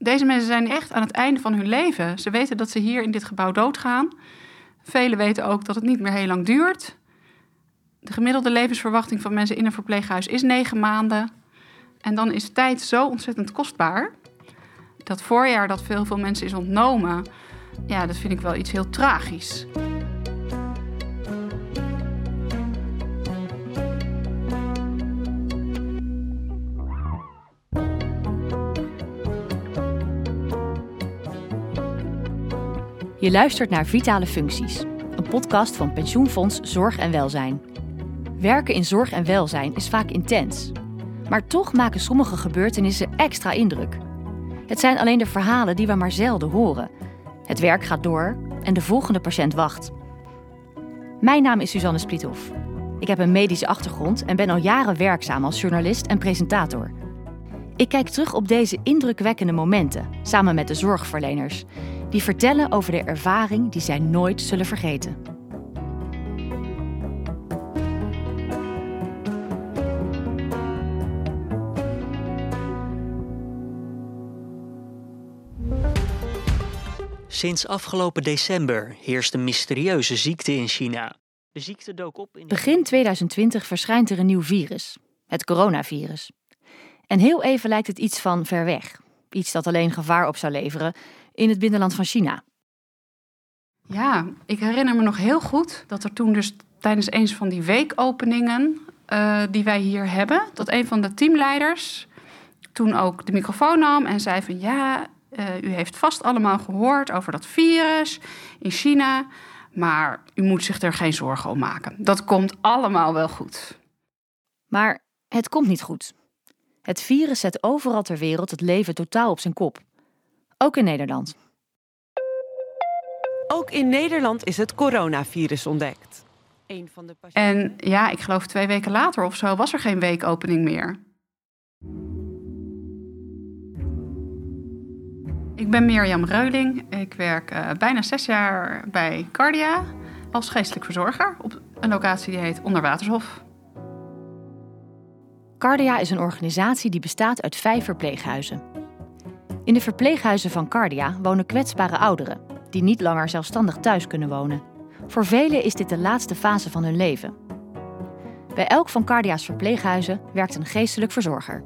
Deze mensen zijn echt aan het einde van hun leven. Ze weten dat ze hier in dit gebouw doodgaan. Velen weten ook dat het niet meer heel lang duurt. De gemiddelde levensverwachting van mensen in een verpleeghuis is 9 maanden. En dan is tijd zo ontzettend kostbaar. Dat voorjaar dat veel mensen is ontnomen, ja, dat vind ik wel iets heel tragisch. Je luistert naar Vitale Functies, een podcast van Pensioenfonds Zorg en Welzijn. Werken in zorg en welzijn is vaak intens. Maar toch maken sommige gebeurtenissen extra indruk. Het zijn alleen de verhalen die we maar zelden horen. Het werk gaat door en de volgende patiënt wacht. Mijn naam is Suzanne Spliethoff. Ik heb een medische achtergrond en ben al jaren werkzaam als journalist en presentator. Ik kijk terug op deze indrukwekkende momenten, samen met de zorgverleners, die vertellen over de ervaring die zij nooit zullen vergeten. Sinds afgelopen december heerst een mysterieuze ziekte in China. De ziekte dook op in... Begin 2020 verschijnt er een nieuw virus, het coronavirus. En heel even lijkt het iets van ver weg. Iets dat alleen gevaar op zou leveren in het binnenland van China. Ja, ik herinner me nog heel goed dat er toen dus tijdens een van die weekopeningen die wij hier hebben, dat een van de teamleiders toen ook de microfoon nam en zei van ja, u heeft vast allemaal gehoord over dat virus in China, maar u moet zich er geen zorgen om maken. Dat komt allemaal wel goed. Maar het komt niet goed. Het virus zet overal ter wereld het leven totaal op zijn kop. Ook in Nederland. Ook in Nederland is het coronavirus ontdekt. En ja, ik geloof 2 weken later of zo was er geen weekopening meer. Ik ben Mirjam Reuling. Ik werk bijna 6 jaar bij Cardia als geestelijk verzorger op een locatie die heet Onderwatershof. Cardia is een organisatie die bestaat uit 5 verpleeghuizen. In de verpleeghuizen van Cardia wonen kwetsbare ouderen die niet langer zelfstandig thuis kunnen wonen. Voor velen is dit de laatste fase van hun leven. Bij elk van Cardia's verpleeghuizen werkt een geestelijk verzorger.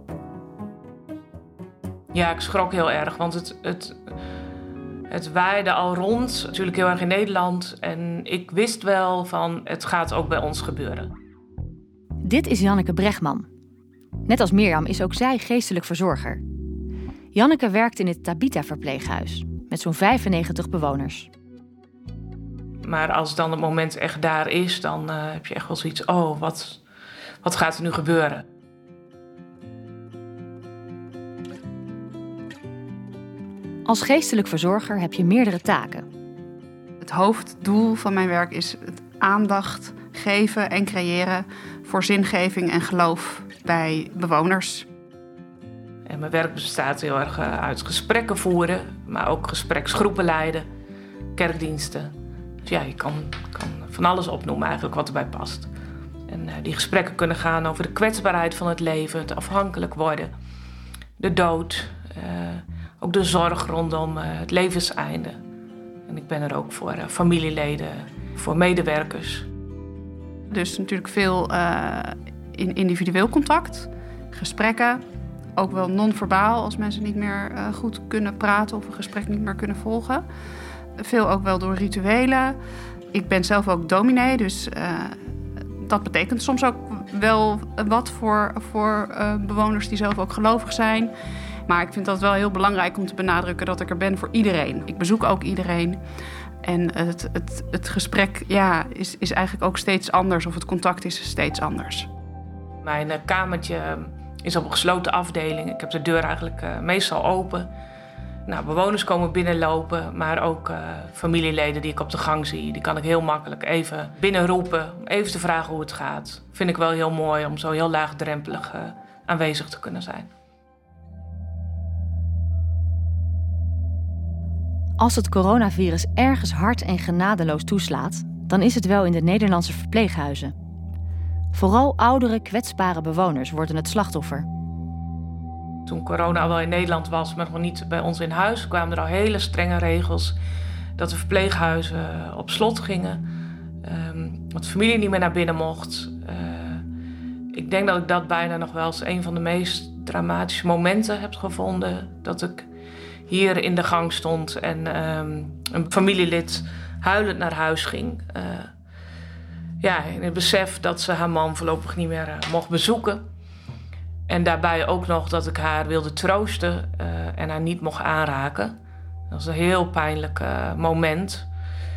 Ja, ik schrok heel erg, want het waaide al rond, natuurlijk heel erg in Nederland. En ik wist wel van, het gaat ook bij ons gebeuren. Dit is Janneke Bregman. Net als Mirjam is ook zij geestelijk verzorger. Janneke werkt in het Tabita-verpleeghuis met zo'n 95 bewoners. Maar als dan het moment echt daar is, dan heb je echt wel zoiets, oh, wat gaat er nu gebeuren? Als geestelijk verzorger heb je meerdere taken. Het hoofddoel van mijn werk is het aandacht geven en creëren voor zingeving en geloof bij bewoners. En mijn werk bestaat heel erg uit gesprekken voeren, maar ook gespreksgroepen leiden, kerkdiensten. Dus ja, je kan van alles opnoemen eigenlijk wat erbij past. En die gesprekken kunnen gaan over de kwetsbaarheid van het leven, het afhankelijk worden, de dood, ook de zorg rondom het levenseinde. En ik ben er ook voor familieleden, voor medewerkers. Dus natuurlijk veel in individueel contact, gesprekken. Ook wel non-verbaal als mensen niet meer goed kunnen praten of een gesprek niet meer kunnen volgen. Veel ook wel door rituelen. Ik ben zelf ook dominee, dus dat betekent soms ook wel wat voor bewoners die zelf ook gelovig zijn. Maar ik vind dat wel heel belangrijk om te benadrukken dat ik er ben voor iedereen. Ik bezoek ook iedereen. En het gesprek is eigenlijk ook steeds anders, of het contact is steeds anders. Mijn kamertje is op een gesloten afdeling. Ik heb de deur eigenlijk meestal open. Nou, bewoners komen binnenlopen, maar ook familieleden die ik op de gang zie. Die kan ik heel makkelijk even binnenroepen, om even te vragen hoe het gaat. Vind ik wel heel mooi om zo heel laagdrempelig aanwezig te kunnen zijn. Als het coronavirus ergens hard en genadeloos toeslaat, dan is het wel in de Nederlandse verpleeghuizen. Vooral oudere, kwetsbare bewoners worden het slachtoffer. Toen corona al wel in Nederland was, maar nog niet bij ons in huis, kwamen er al hele strenge regels dat de verpleeghuizen op slot gingen. Dat de familie niet meer naar binnen mocht. Ik denk dat ik dat bijna nog wel eens een van de meest dramatische momenten heb gevonden. Dat ik hier in de gang stond en een familielid huilend naar huis ging. In het besef dat ze haar man voorlopig niet meer mocht bezoeken. En daarbij ook nog dat ik haar wilde troosten en haar niet mocht aanraken. Dat was een heel pijnlijk moment.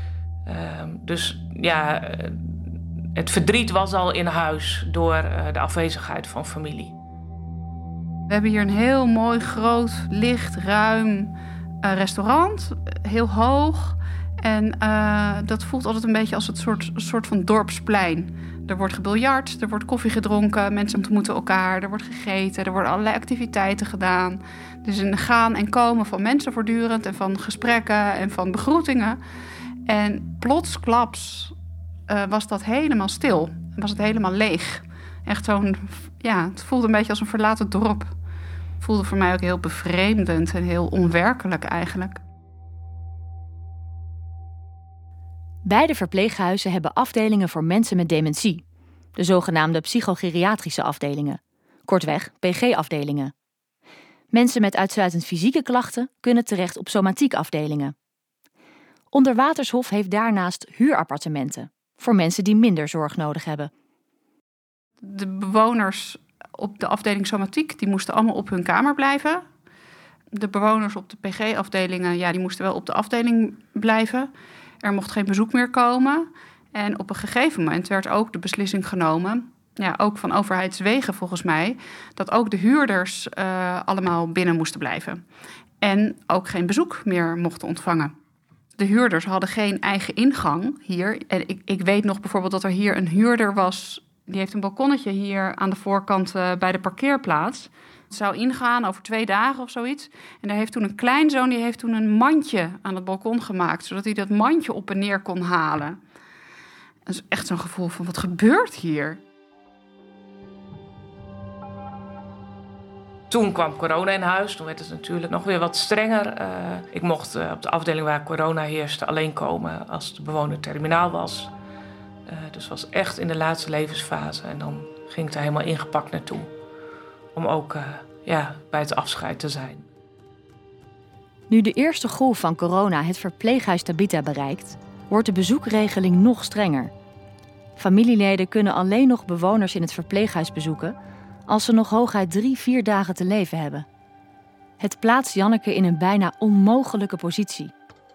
Het verdriet was al in huis door de afwezigheid van familie. We hebben hier een heel mooi, groot, licht, ruim restaurant. Heel hoog. En dat voelt altijd een beetje als het soort van dorpsplein. Er wordt gebiljart, er wordt koffie gedronken, mensen ontmoeten elkaar, er wordt gegeten, er worden allerlei activiteiten gedaan. Dus een gaan en komen van mensen voortdurend en van gesprekken en van begroetingen. En plotsklaps was dat helemaal stil. Was het helemaal leeg. Echt het voelde een beetje als een verlaten dorp. Het voelde voor mij ook heel bevreemdend en heel onwerkelijk eigenlijk. Beide verpleeghuizen hebben afdelingen voor mensen met dementie. De zogenaamde psychogeriatrische afdelingen. Kortweg, PG-afdelingen. Mensen met uitsluitend fysieke klachten kunnen terecht op somatiekafdelingen. Onderwatershof heeft daarnaast huurappartementen voor mensen die minder zorg nodig hebben. De bewoners op de afdeling somatiek die moesten allemaal op hun kamer blijven. De bewoners op de PG-afdelingen die moesten wel op de afdeling blijven. Er mocht geen bezoek meer komen. En op een gegeven moment werd ook de beslissing genomen, ook van overheidswegen volgens mij, dat ook de huurders allemaal binnen moesten blijven. En ook geen bezoek meer mochten ontvangen. De huurders hadden geen eigen ingang hier. En ik weet nog bijvoorbeeld dat er hier een huurder was, die heeft een balkonnetje hier aan de voorkant bij de parkeerplaats. Het zou ingaan over 2 dagen of zoiets. En daar heeft toen een kleinzoon, die heeft toen een mandje aan het balkon gemaakt, zodat hij dat mandje op en neer kon halen. Dat is echt zo'n gevoel van, wat gebeurt hier? Toen kwam corona in huis. Toen werd het natuurlijk nog weer wat strenger. Ik mocht op de afdeling waar corona heerste alleen komen als de bewoner terminaal was. Dus was echt in de laatste levensfase. En dan ging ik er helemaal ingepakt naartoe. Om ook bij het afscheid te zijn. Nu de eerste golf van corona het verpleeghuis Tabita bereikt, wordt de bezoekregeling nog strenger. Familieleden kunnen alleen nog bewoners in het verpleeghuis bezoeken als ze nog hooguit 3-4 dagen te leven hebben. Het plaatst Janneke in een bijna onmogelijke positie.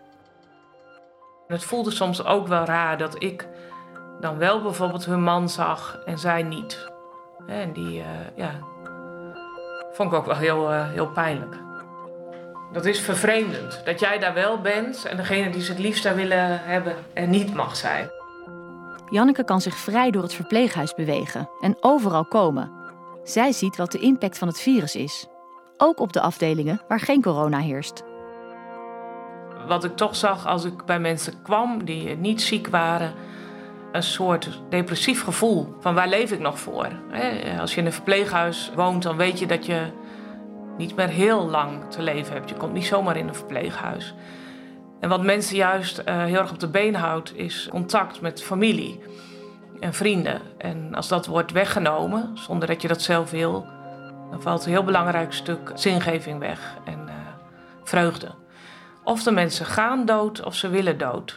Het voelde soms ook wel raar dat ik dan wel bijvoorbeeld hun man zag en zij niet. En die vond ik ook wel heel pijnlijk. Dat is vervreemdend, dat jij daar wel bent en degene die ze het liefst daar willen hebben er niet mag zijn. Janneke kan zich vrij door het verpleeghuis bewegen en overal komen. Zij ziet wat de impact van het virus is. Ook op de afdelingen waar geen corona heerst. Wat ik toch zag als ik bij mensen kwam die niet ziek waren, een soort depressief gevoel van waar leef ik nog voor. Als je in een verpleeghuis woont, dan weet je dat je niet meer heel lang te leven hebt. Je komt niet zomaar in een verpleeghuis. En wat mensen juist heel erg op de been houdt, is contact met familie en vrienden. En als dat wordt weggenomen, zonder dat je dat zelf wil, dan valt een heel belangrijk stuk zingeving weg en vreugde. Of de mensen gaan dood of ze willen dood.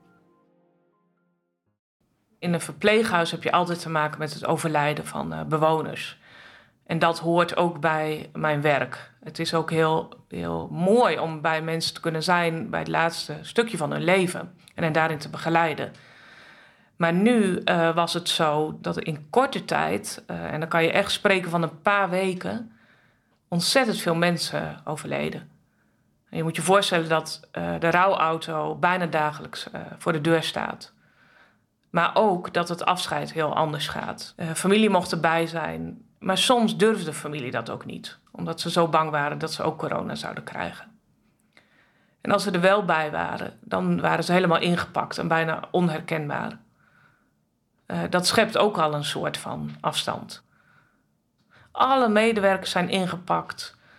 In een verpleeghuis heb je altijd te maken met het overlijden van bewoners. En dat hoort ook bij mijn werk. Het is ook heel mooi om bij mensen te kunnen zijn bij het laatste stukje van hun leven en hen daarin te begeleiden. Maar nu was het zo dat er in korte tijd, en dan kan je echt spreken van een paar weken, ontzettend veel mensen overleden. En je moet je voorstellen dat de rouwauto bijna dagelijks voor de deur staat. Maar ook dat het afscheid heel anders gaat. Familie mocht erbij zijn, maar soms durfde familie dat ook niet. Omdat ze zo bang waren dat ze ook corona zouden krijgen. En als ze er wel bij waren, dan waren ze helemaal ingepakt en bijna onherkenbaar. Dat schept ook al een soort van afstand. Alle medewerkers zijn ingepakt.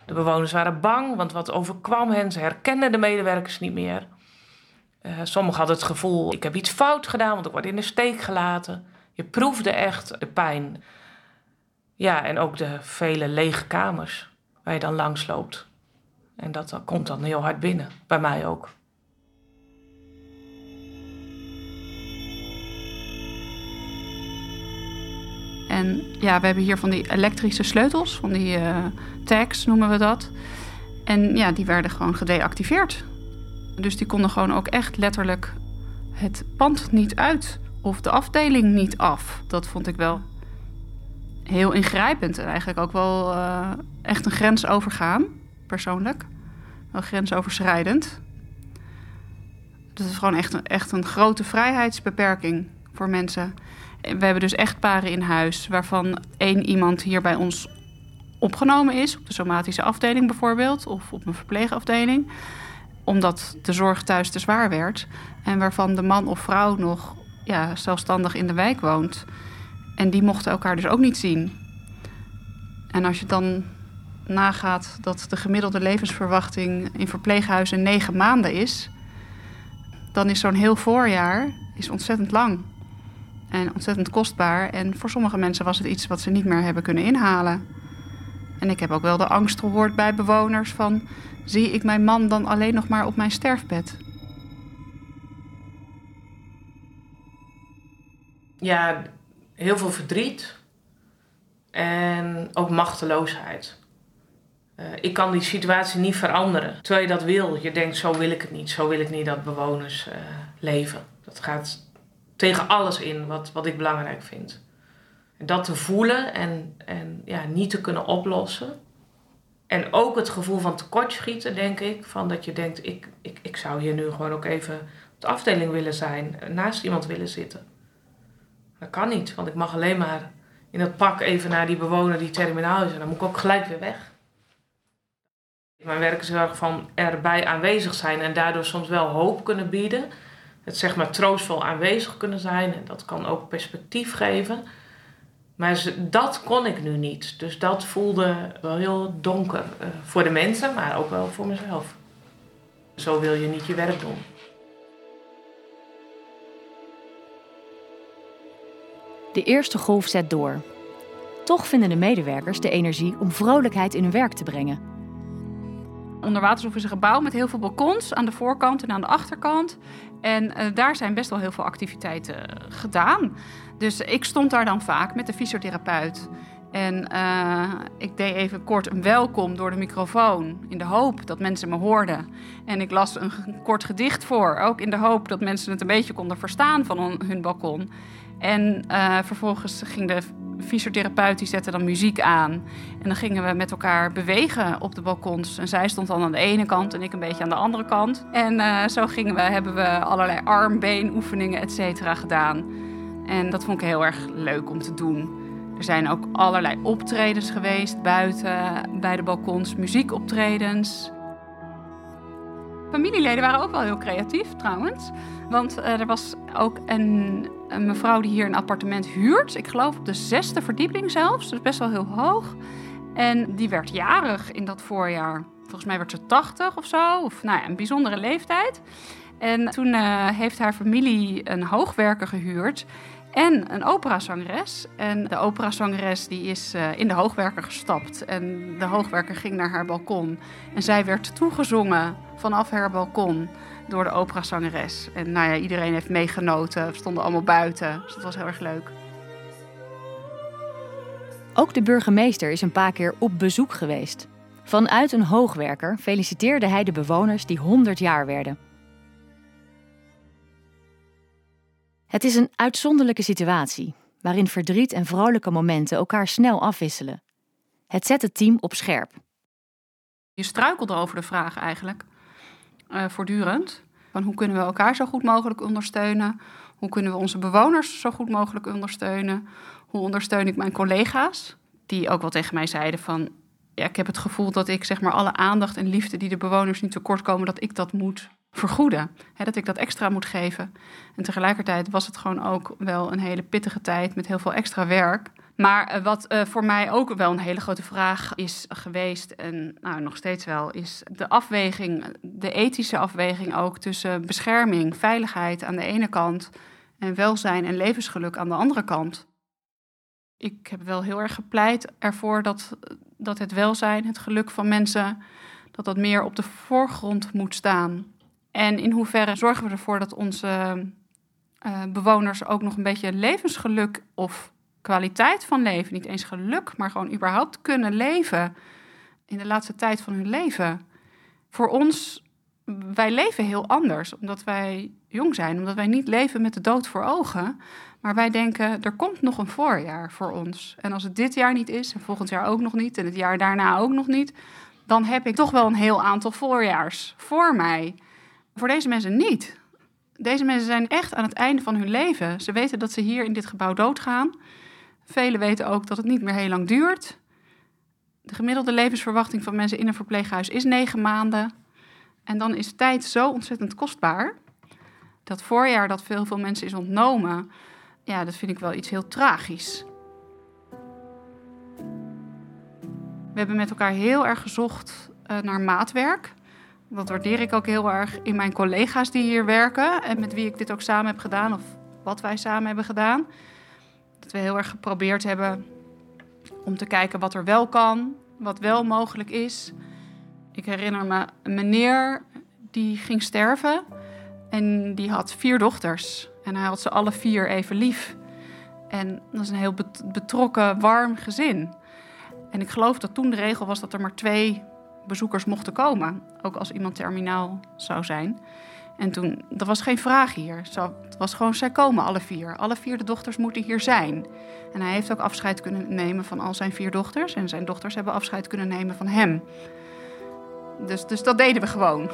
De bewoners waren bang, want wat overkwam hen? Ze herkenden de medewerkers niet meer. Sommigen hadden het gevoel, ik heb iets fout gedaan, want ik word in de steek gelaten. Je proefde echt de pijn. Ja, en ook de vele lege kamers waar je dan langs loopt. En dat komt dan heel hard binnen, bij mij ook. En ja, we hebben hier van die elektrische sleutels, van die tags noemen we dat. En ja, die werden gewoon gedeactiveerd. Dus die konden gewoon ook echt letterlijk het pand niet uit of de afdeling niet af. Dat vond ik wel heel ingrijpend en eigenlijk ook wel echt een grens overgaan, persoonlijk. Wel grensoverschrijdend. Dat is gewoon echt een grote vrijheidsbeperking voor mensen. We hebben dus echtparen in huis waarvan 1 iemand hier bij ons opgenomen is, op de somatische afdeling bijvoorbeeld, of op een verpleegafdeling, omdat de zorg thuis te zwaar werd. En waarvan de man of vrouw nog zelfstandig in de wijk woont. En die mochten elkaar dus ook niet zien. En als je dan nagaat dat de gemiddelde levensverwachting in verpleeghuizen 9 maanden is, dan is zo'n heel voorjaar ontzettend lang. En ontzettend kostbaar. En voor sommige mensen was het iets wat ze niet meer hebben kunnen inhalen. En ik heb ook wel de angst gehoord bij bewoners van, zie ik mijn man dan alleen nog maar op mijn sterfbed? Ja, heel veel verdriet. En ook machteloosheid. Ik kan die situatie niet veranderen. Terwijl je dat wil. Je denkt, zo wil ik het niet. Zo wil ik niet dat bewoners leven. Dat gaat tegen alles in wat ik belangrijk vind. En dat te voelen en niet te kunnen oplossen. En ook het gevoel van tekortschieten, denk ik. Van dat je denkt, ik zou hier nu gewoon ook even op de afdeling willen zijn. Naast iemand willen zitten. Dat kan niet, want ik mag alleen maar in dat pak even naar die bewoner die terminaal is. En dan moet ik ook gelijk weer weg. Mijn werk is heel erg van erbij aanwezig zijn en daardoor soms wel hoop kunnen bieden. Het zeg maar troostvol aanwezig kunnen zijn en dat kan ook perspectief geven. Maar dat kon ik nu niet. Dus dat voelde wel heel donker voor de mensen, maar ook wel voor mezelf. Zo wil je niet je werk doen. De eerste golf zet door. Toch vinden de medewerkers de energie om vrolijkheid in hun werk te brengen. Onderwaterstof is een gebouw met heel veel balkons aan de voorkant en aan de achterkant. En daar zijn best wel heel veel activiteiten gedaan. Dus ik stond daar dan vaak met de fysiotherapeut. En ik deed even kort een welkom door de microfoon in de hoop dat mensen me hoorden. En ik las een kort gedicht voor, ook in de hoop dat mensen het een beetje konden verstaan van hun balkon. En vervolgens ging de fysiotherapeut, die zette dan muziek aan. En dan gingen we met elkaar bewegen op de balkons. En zij stond dan aan de ene kant en ik een beetje aan de andere kant. En zo hebben we allerlei arm-beenoefeningen, et cetera, gedaan. En dat vond ik heel erg leuk om te doen. Er zijn ook allerlei optredens geweest buiten, bij de balkons, muziekoptredens. Familieleden waren ook wel heel creatief trouwens. Want er was ook een mevrouw die hier een appartement huurt. Ik geloof op de 6e verdieping zelfs. Dus best wel heel hoog. En die werd jarig in dat voorjaar. Volgens mij werd ze 80 of zo. Of een bijzondere leeftijd. En toen heeft haar familie een hoogwerker gehuurd. En een operazangeres. En de operazangeres die is in de hoogwerker gestapt. En de hoogwerker ging naar haar balkon. En zij werd toegezongen vanaf haar balkon door de operazangeres. En iedereen heeft meegenoten. We stonden allemaal buiten. Dus dat was heel erg leuk. Ook de burgemeester is een paar keer op bezoek geweest. Vanuit een hoogwerker feliciteerde hij de bewoners die 100 jaar werden. Het is een uitzonderlijke situatie, waarin verdriet en vrolijke momenten elkaar snel afwisselen. Het zet het team op scherp. Je struikelde over de vraag eigenlijk, voortdurend. Van hoe kunnen we elkaar zo goed mogelijk ondersteunen? Hoe kunnen we onze bewoners zo goed mogelijk ondersteunen? Hoe ondersteun ik mijn collega's? Die ook wel tegen mij zeiden van, ik heb het gevoel dat ik zeg maar alle aandacht en liefde die de bewoners niet tekort komen, dat ik dat moet vergoeden. Dat ik dat extra moet geven. En tegelijkertijd was het gewoon ook wel een hele pittige tijd met heel veel extra werk. Maar wat voor mij ook wel een hele grote vraag is geweest, en nog steeds wel, is de afweging, de ethische afweging ook tussen bescherming, veiligheid aan de ene kant en welzijn en levensgeluk aan de andere kant. Ik heb wel heel erg gepleit ervoor dat het welzijn, het geluk van mensen, dat meer op de voorgrond moet staan. En in hoeverre zorgen we ervoor dat onze bewoners ook nog een beetje levensgeluk of kwaliteit van leven, niet eens geluk, maar gewoon überhaupt kunnen leven in de laatste tijd van hun leven. Voor ons, wij leven heel anders, omdat wij jong zijn, omdat wij niet leven met de dood voor ogen, maar wij denken, er komt nog een voorjaar voor ons. En als het dit jaar niet is, en volgend jaar ook nog niet, en het jaar daarna ook nog niet, dan heb ik toch wel een heel aantal voorjaars voor mij. Voor deze mensen niet. Deze mensen zijn echt aan het einde van hun leven. Ze weten dat ze hier in dit gebouw doodgaan. Velen weten ook dat het niet meer heel lang duurt. De gemiddelde levensverwachting van mensen in een verpleeghuis is 9 maanden. En dan is tijd zo ontzettend kostbaar. Dat voorjaar dat veel mensen is ontnomen, ja, dat vind ik wel iets heel tragisch. We hebben met elkaar heel erg gezocht naar maatwerk. Dat waardeer ik ook heel erg in mijn collega's die hier werken en met wie ik dit ook samen heb gedaan, of wat wij samen hebben gedaan. Dat we heel erg geprobeerd hebben om te kijken wat er wel kan, wat wel mogelijk is. Ik herinner me een meneer die ging sterven en die had 4 dochters. En hij had ze alle 4 even lief. En dat is een heel betrokken, warm gezin. En ik geloof dat toen de regel was dat er maar 2 bezoekers mochten komen. Ook als iemand terminaal zou zijn. En toen, dat was geen vraag hier. Het was gewoon, zij komen alle 4. Alle 4 de dochters moeten hier zijn. En hij heeft ook afscheid kunnen nemen van al zijn 4 dochters. En zijn dochters hebben afscheid kunnen nemen van hem. Dus dat deden we gewoon.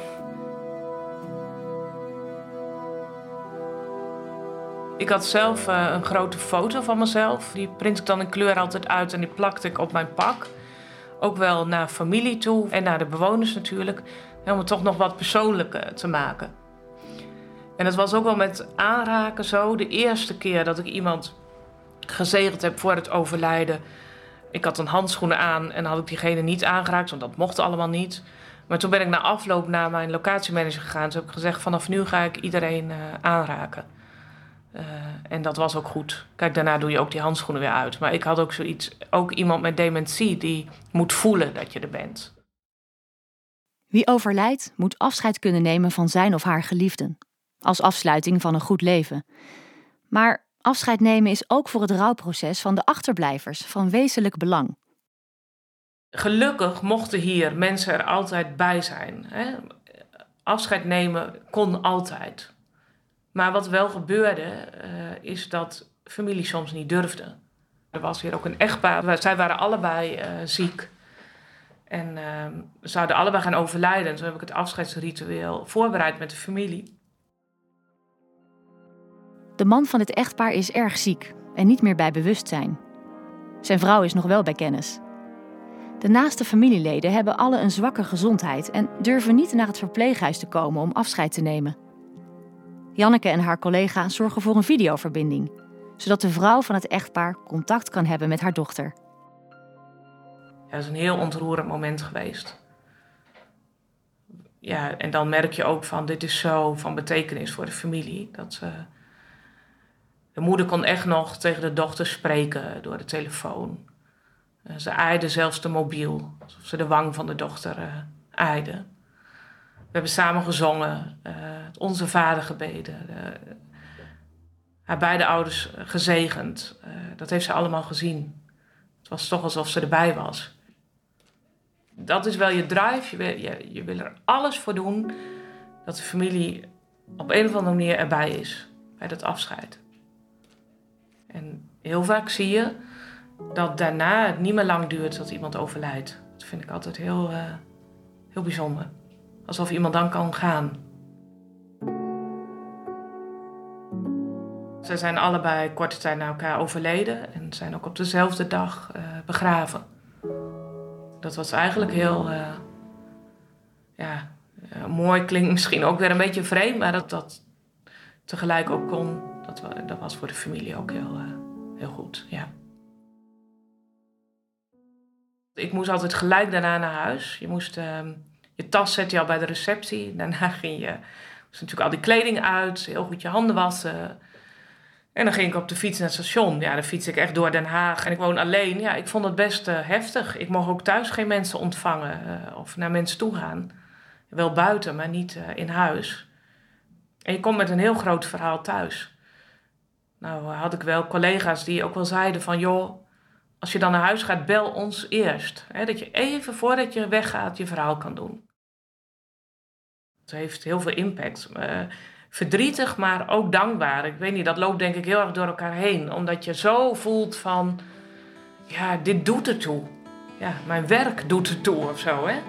Ik had zelf een grote foto van mezelf. Die print ik dan in kleur altijd uit en die plakte ik op mijn pak. Ook wel naar familie toe en naar de bewoners natuurlijk. Om het toch nog wat persoonlijker te maken. En dat was ook wel met aanraken zo. De eerste keer dat ik iemand gezegend heb voor het overlijden. Ik had dan handschoenen aan en had ik diegene niet aangeraakt, want dat mocht allemaal niet. Maar toen ben ik na afloop naar mijn locatiemanager gegaan. Toen heb ik gezegd, vanaf nu ga ik iedereen aanraken. En dat was ook goed. Kijk, daarna doe je ook die handschoenen weer uit. Maar ik had ook zoiets, ook iemand met dementie die moet voelen dat je er bent. Wie overlijdt, moet afscheid kunnen nemen van zijn of haar geliefden. Als afsluiting van een goed leven. Maar afscheid nemen is ook voor het rouwproces van de achterblijvers van wezenlijk belang. Gelukkig mochten hier mensen er altijd bij zijn. Hè? Afscheid nemen kon altijd. Maar wat wel gebeurde, is dat familie soms niet durfde. Er was hier ook een echtpaar. Zij waren allebei ziek. En zouden allebei gaan overlijden. Toen heb ik het afscheidsritueel voorbereid met de familie. De man van het echtpaar is erg ziek en niet meer bij bewustzijn. Zijn vrouw is nog wel bij kennis. De naaste familieleden hebben alle een zwakke gezondheid en durven niet naar het verpleeghuis te komen om afscheid te nemen. Janneke en haar collega zorgen voor een videoverbinding, zodat de vrouw van het echtpaar contact kan hebben met haar dochter. Ja, dat is een heel ontroerend moment geweest. Ja, en dan merk je ook van, dit is zo van betekenis voor de familie. De moeder kon echt nog tegen de dochter spreken door de telefoon. Ze aaide zelfs de mobiel, alsof ze de wang van de dochter aaide. We hebben samen gezongen, Onze Vader gebeden, haar beide ouders gezegend. Dat heeft ze allemaal gezien. Het was toch alsof ze erbij was. Dat is wel je drive. Je wil er alles voor doen dat de familie op een of andere manier erbij is bij dat afscheid. En heel vaak zie je dat daarna het niet meer lang duurt dat iemand overlijdt. Dat vind ik altijd heel bijzonder. Alsof iemand dan kan gaan. Ze zijn allebei korte tijd na elkaar overleden en zijn ook op dezelfde dag begraven. Dat was eigenlijk heel mooi, klinkt misschien ook weer een beetje vreemd, maar dat tegelijk ook kon, dat was voor de familie ook heel goed, ja. Ik moest altijd gelijk daarna naar huis. Je moest je tas zette je al bij de receptie. Daarna ging je moest natuurlijk al die kleding uit, heel goed je handen wassen. En dan ging ik op de fiets naar het station. Ja, dan fiets ik echt door Den Haag. En ik woon alleen. Ja, ik vond het best heftig. Ik mocht ook thuis geen mensen ontvangen of naar mensen toe gaan. Wel buiten, maar niet in huis. En je komt met een heel groot verhaal thuis. Nou had ik wel collega's die ook wel zeiden van... joh, als je dan naar huis gaat, bel ons eerst. Hè, dat je even voordat je weggaat je verhaal kan doen. Het heeft heel veel impact. Verdrietig, maar ook dankbaar. Ik weet niet, dat loopt denk ik heel erg door elkaar heen. Omdat je zo voelt van... ja, dit doet ertoe. Ja, mijn werk doet ertoe of zo, hè.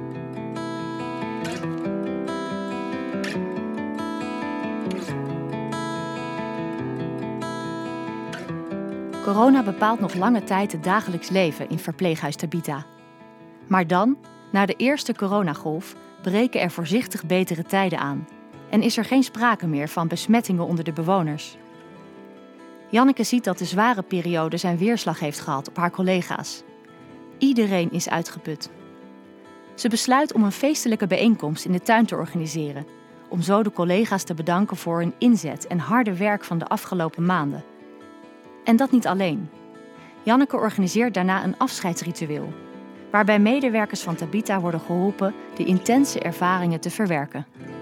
Corona bepaalt nog lange tijd het dagelijks leven in verpleeghuis Tabita. Maar dan, na de eerste coronagolf, breken er voorzichtig betere tijden aan. En is er geen sprake meer van besmettingen onder de bewoners. Janneke ziet dat de zware periode zijn weerslag heeft gehad op haar collega's. Iedereen is uitgeput. Ze besluit om een feestelijke bijeenkomst in de tuin te organiseren, om zo de collega's te bedanken voor hun inzet en harde werk van de afgelopen maanden. En dat niet alleen. Janneke organiseert daarna een afscheidsritueel, waarbij medewerkers van Tabita worden geholpen de intense ervaringen te verwerken.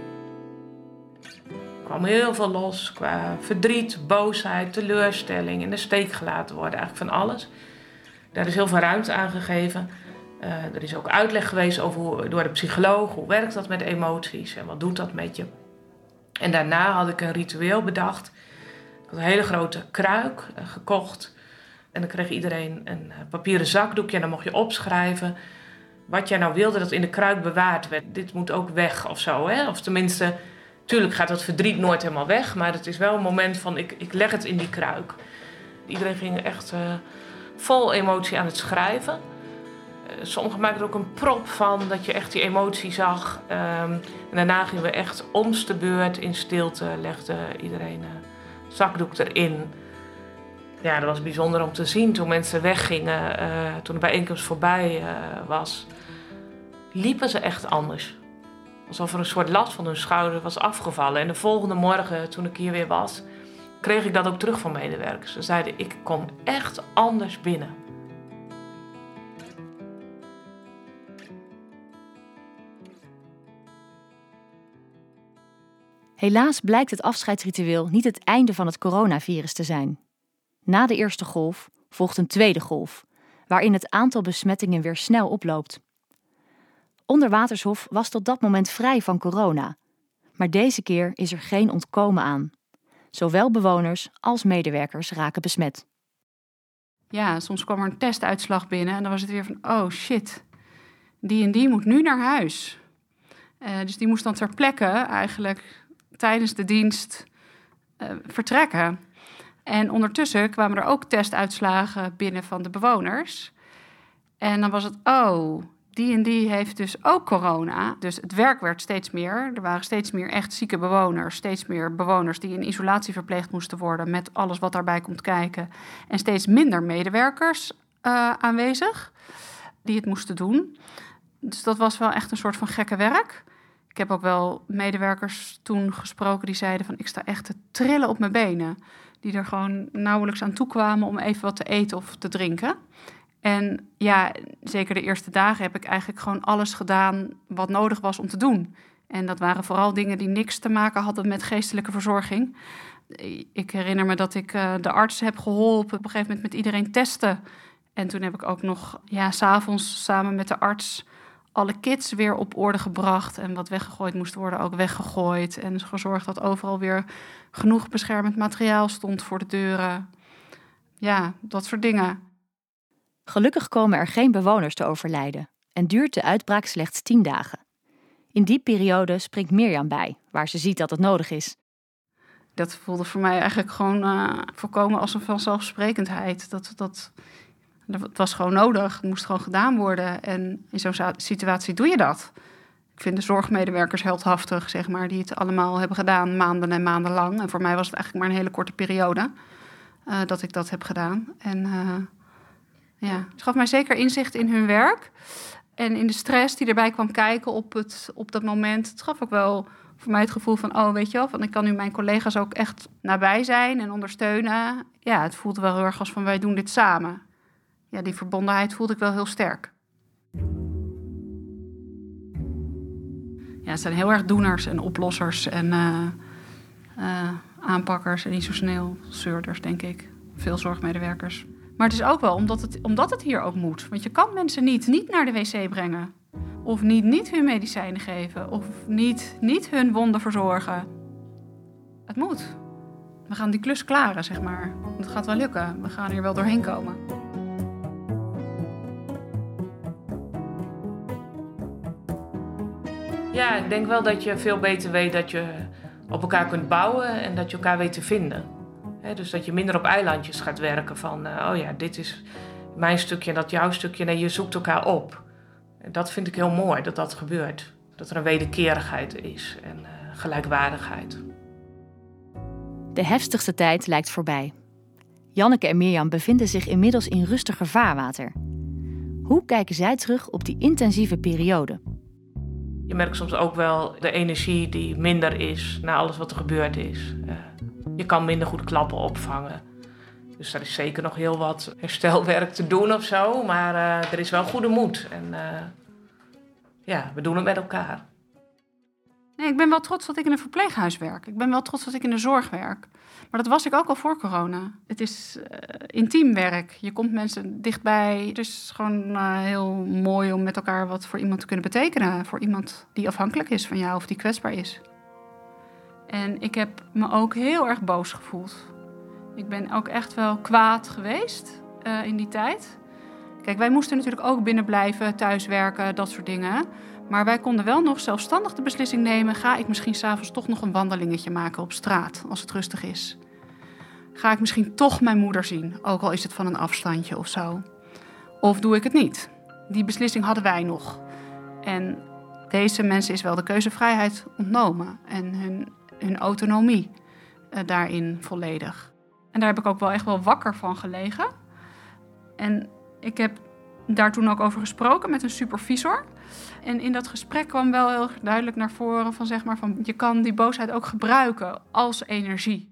Er kwam heel veel los qua verdriet, boosheid, teleurstelling, in de steek gelaten worden, eigenlijk van alles. Daar is heel veel ruimte aan gegeven. Er is ook uitleg geweest over door de psycholoog, hoe werkt dat met emoties en wat doet dat met je. En daarna had ik een ritueel bedacht. Ik had een hele grote kruik gekocht. En dan kreeg iedereen een papieren zakdoekje en dan mocht je opschrijven wat jij nou wilde dat in de kruik bewaard werd. Dit moet ook weg of zo, hè? Of tenminste, natuurlijk gaat dat verdriet nooit helemaal weg, maar het is wel een moment van ik leg het in die kruik. Iedereen ging echt vol emotie aan het schrijven. Sommigen maakten er ook een prop van dat je echt die emotie zag. En daarna gingen we echt om's de beurt in stilte, legde iedereen zakdoek erin. Ja, dat was bijzonder om te zien toen mensen weggingen, toen de bijeenkomst voorbij was. Liepen ze echt anders. Alsof er een soort last van hun schouder was afgevallen. En de volgende morgen, toen ik hier weer was, kreeg ik dat ook terug van medewerkers. Ze zeiden, ik kom echt anders binnen. Helaas blijkt het afscheidsritueel niet het einde van het coronavirus te zijn. Na de eerste golf volgt een tweede golf, waarin het aantal besmettingen weer snel oploopt. Onderwatershof was tot dat moment vrij van corona. Maar deze keer is er geen ontkomen aan. Zowel bewoners als medewerkers raken besmet. Ja, soms kwam er een testuitslag binnen en dan was het weer van... oh shit, die en die moet nu naar huis. Dus die moest dan ter plekke eigenlijk tijdens de dienst vertrekken. En ondertussen kwamen er ook testuitslagen binnen van de bewoners. En dan was het, oh, die en die heeft dus ook corona. Dus het werk werd steeds meer. Er waren steeds meer echt zieke bewoners. Steeds meer bewoners die in isolatie verpleegd moesten worden... met alles wat daarbij komt kijken. En steeds minder medewerkers aanwezig die het moesten doen. Dus dat was wel echt een soort van gekke werk. Ik heb ook wel medewerkers toen gesproken die zeiden van... ik sta echt te trillen op mijn benen. Die er gewoon nauwelijks aan toe kwamen om even wat te eten of te drinken. En ja, zeker de eerste dagen heb ik eigenlijk gewoon alles gedaan wat nodig was om te doen. En dat waren vooral dingen die niks te maken hadden met geestelijke verzorging. Ik herinner me dat ik de arts heb geholpen, op een gegeven moment met iedereen testen. En toen heb ik ook nog 's avonds samen met de arts alle kits weer op orde gebracht. En wat weggegooid moest worden, ook weggegooid. En gezorgd dat overal weer genoeg beschermend materiaal stond voor de deuren. Ja, dat soort dingen. Gelukkig komen er geen bewoners te overlijden en duurt de uitbraak slechts 10 dagen. In die periode springt Mirjam bij, waar ze ziet dat het nodig is. Dat voelde voor mij eigenlijk gewoon voorkomen als een vanzelfsprekendheid. Het was gewoon nodig, het moest gewoon gedaan worden. En in zo'n situatie doe je dat. Ik vind de zorgmedewerkers heldhaftig, zeg maar, die het allemaal hebben gedaan, maanden en maanden lang. En voor mij was het eigenlijk maar een hele korte periode dat ik dat heb gedaan. En Ja, het gaf mij zeker inzicht in hun werk. En in de stress die erbij kwam kijken op dat moment. Het gaf ook wel voor mij het gevoel van, weet je wel, van ik kan nu mijn collega's ook echt nabij zijn en ondersteunen. Ja, het voelde wel heel erg als van wij doen dit samen. Ja, die verbondenheid voelde ik wel heel sterk. Ja, het zijn heel erg doeners en oplossers en aanpakkers en niet zo snel zeurders, denk ik. Veel zorgmedewerkers. Maar het is ook wel omdat het hier ook moet. Want je kan mensen niet naar de wc brengen. Of niet hun medicijnen geven. Of niet hun wonden verzorgen. Het moet. We gaan die klus klaren, zeg maar. Het gaat wel lukken. We gaan hier wel doorheen komen. Ja, ik denk wel dat je veel beter weet dat je op elkaar kunt bouwen en dat je elkaar weet te vinden. Dus dat je minder op eilandjes gaat werken van, dit is mijn stukje en dat jouw stukje. Nee, je zoekt elkaar op. En dat vind ik heel mooi, dat dat gebeurt. Dat er een wederkerigheid is en gelijkwaardigheid. De heftigste tijd lijkt voorbij. Janneke en Mirjam bevinden zich inmiddels in rustiger vaarwater. Hoe kijken zij terug op die intensieve periode? Je merkt soms ook wel de energie die minder is na alles wat er gebeurd is. Je kan minder goed klappen opvangen. Dus er is zeker nog heel wat herstelwerk te doen of zo. Maar er is wel goede moed. En we doen het met elkaar. Nee, ik ben wel trots dat ik in een verpleeghuis werk. Ik ben wel trots dat ik in de zorg werk. Maar dat was ik ook al voor corona. Het is intiem werk. Je komt mensen dichtbij. Het is gewoon heel mooi om met elkaar wat voor iemand te kunnen betekenen. Voor iemand die afhankelijk is van jou of die kwetsbaar is. En ik heb me ook heel erg boos gevoeld. Ik ben ook echt wel kwaad geweest in die tijd. Kijk, wij moesten natuurlijk ook binnen blijven, thuiswerken, dat soort dingen. Maar wij konden wel nog zelfstandig de beslissing nemen. Ga ik misschien 's avonds toch nog een wandelingetje maken op straat, als het rustig is? Ga ik misschien toch mijn moeder zien, ook al is het van een afstandje of zo? Of doe ik het niet? Die beslissing hadden wij nog. En deze mensen is wel de keuzevrijheid ontnomen. En hun autonomie daarin volledig. En daar heb ik ook wel echt wel wakker van gelegen. En ik heb daar toen ook over gesproken met een supervisor. En in dat gesprek kwam wel heel duidelijk naar voren van je kan die boosheid ook gebruiken als energie.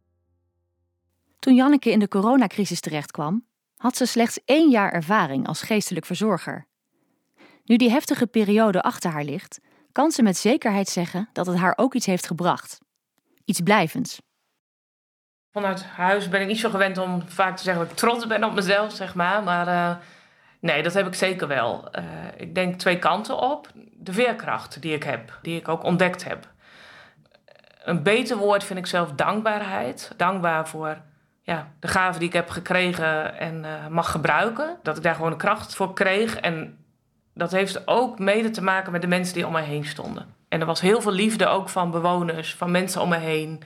Toen Janneke in de coronacrisis terechtkwam, had ze slechts 1 jaar ervaring als geestelijk verzorger. Nu die heftige periode achter haar ligt, kan ze met zekerheid zeggen dat het haar ook iets heeft gebracht. Iets blijvends. Vanuit huis ben ik niet zo gewend om vaak te zeggen dat ik trots ben op mezelf, zeg maar. Maar nee, dat heb ik zeker wel. Ik denk 2 kanten op. De veerkracht die ik heb, die ik ook ontdekt heb. Een beter woord vind ik zelf dankbaarheid. Dankbaar voor de gave die ik heb gekregen en mag gebruiken. Dat ik daar gewoon de kracht voor kreeg. En dat heeft ook mede te maken met de mensen die om mij heen stonden. En er was heel veel liefde ook van bewoners, van mensen om me heen.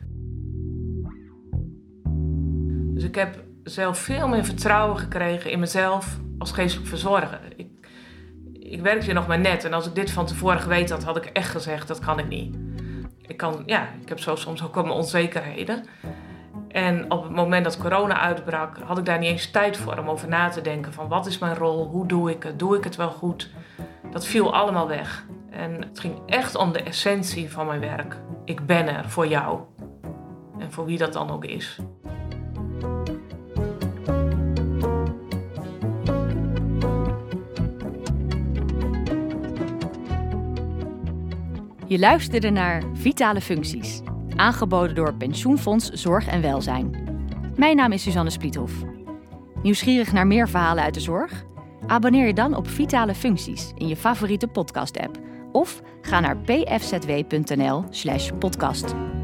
Dus ik heb zelf veel meer vertrouwen gekregen in mezelf als geestelijk verzorger. Ik werk hier nog maar net en als ik dit van tevoren geweten had, had ik echt gezegd, dat kan ik niet. Ik heb zo soms ook mijn onzekerheden. En op het moment dat corona uitbrak, had ik daar niet eens tijd voor om over na te denken van wat is mijn rol, hoe doe ik het, doe ik het wel goed. Dat viel allemaal weg. En het ging echt om de essentie van mijn werk. Ik ben er voor jou. En voor wie dat dan ook is. Je luisterde naar Vitale Functies, aangeboden door Pensioenfonds Zorg en Welzijn. Mijn naam is Suzanne Spliethoff. Nieuwsgierig naar meer verhalen uit de zorg? Abonneer je dan op Vitale Functies in je favoriete podcast-app. Of ga naar pfzw.nl/podcast.